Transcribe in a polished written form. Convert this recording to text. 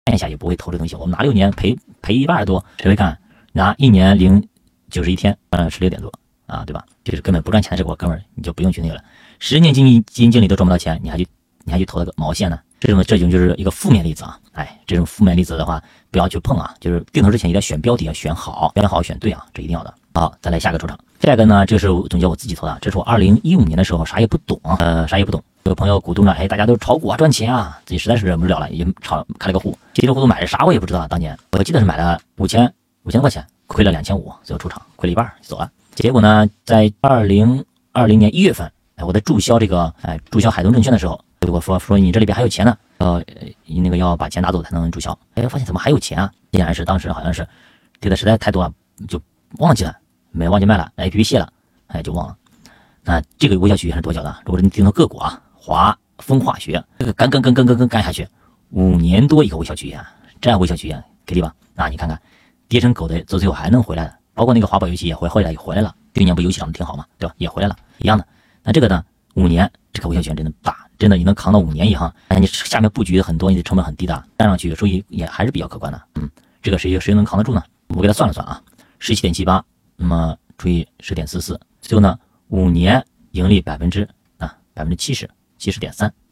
一下也不会投这东西。我们拿6年赔1半多，谁会干？拿1年零91天，16点多啊，对吧？就是根本不赚钱的这伙哥们儿，你就不用去那个了。10年基金经理都赚不到钱，你还去投了个毛线呢？这种就是一个负面例子啊！哎，这种负面例子的话，不要去碰啊！就是定投之前一定要选标的，要选好，选对啊，这一定要的。好，再来下个出场。下一个呢，这是总结我自己投的，这是我2015年的时候啥也不懂，啥也不懂。有个朋友鼓动了，哎，大家都炒股啊赚钱啊，自己实在是忍不了了，也开了个户，稀里糊涂买的啥我也不知道。当年我记得是买了5000块钱，亏了2500，最后出场亏了一半就走了。结果呢，在2020年1月份，哎，我在注销海通证券的时候，对我说你这里边还有钱呢，要把钱拿走才能注销。哎，发现怎么还有钱啊？竟然是当时好像是跌的实在太多了，就忘记了，忘记卖了 ，APP 卸了，哎，就忘了。那这个微笑曲线是多久的？如果是你定投个股啊，风化学这个干下去，5年多一个微笑曲线，这样微笑曲线给力吧？那你看看，跌成狗的最后还能回来的，包括那个华宝游戏也回来了。去年不游戏涨得挺好嘛，对吧？也回来了，一样的。那这个呢，5年这个微笑曲线真的大，真的你能扛到5年以上，你下面布局很多，你的成本很低的，站上去收益也还是比较可观的。这个谁能扛得住呢？我给他算了算啊，17.78，那么除以10.44，最后呢5年盈利70%，70.3%，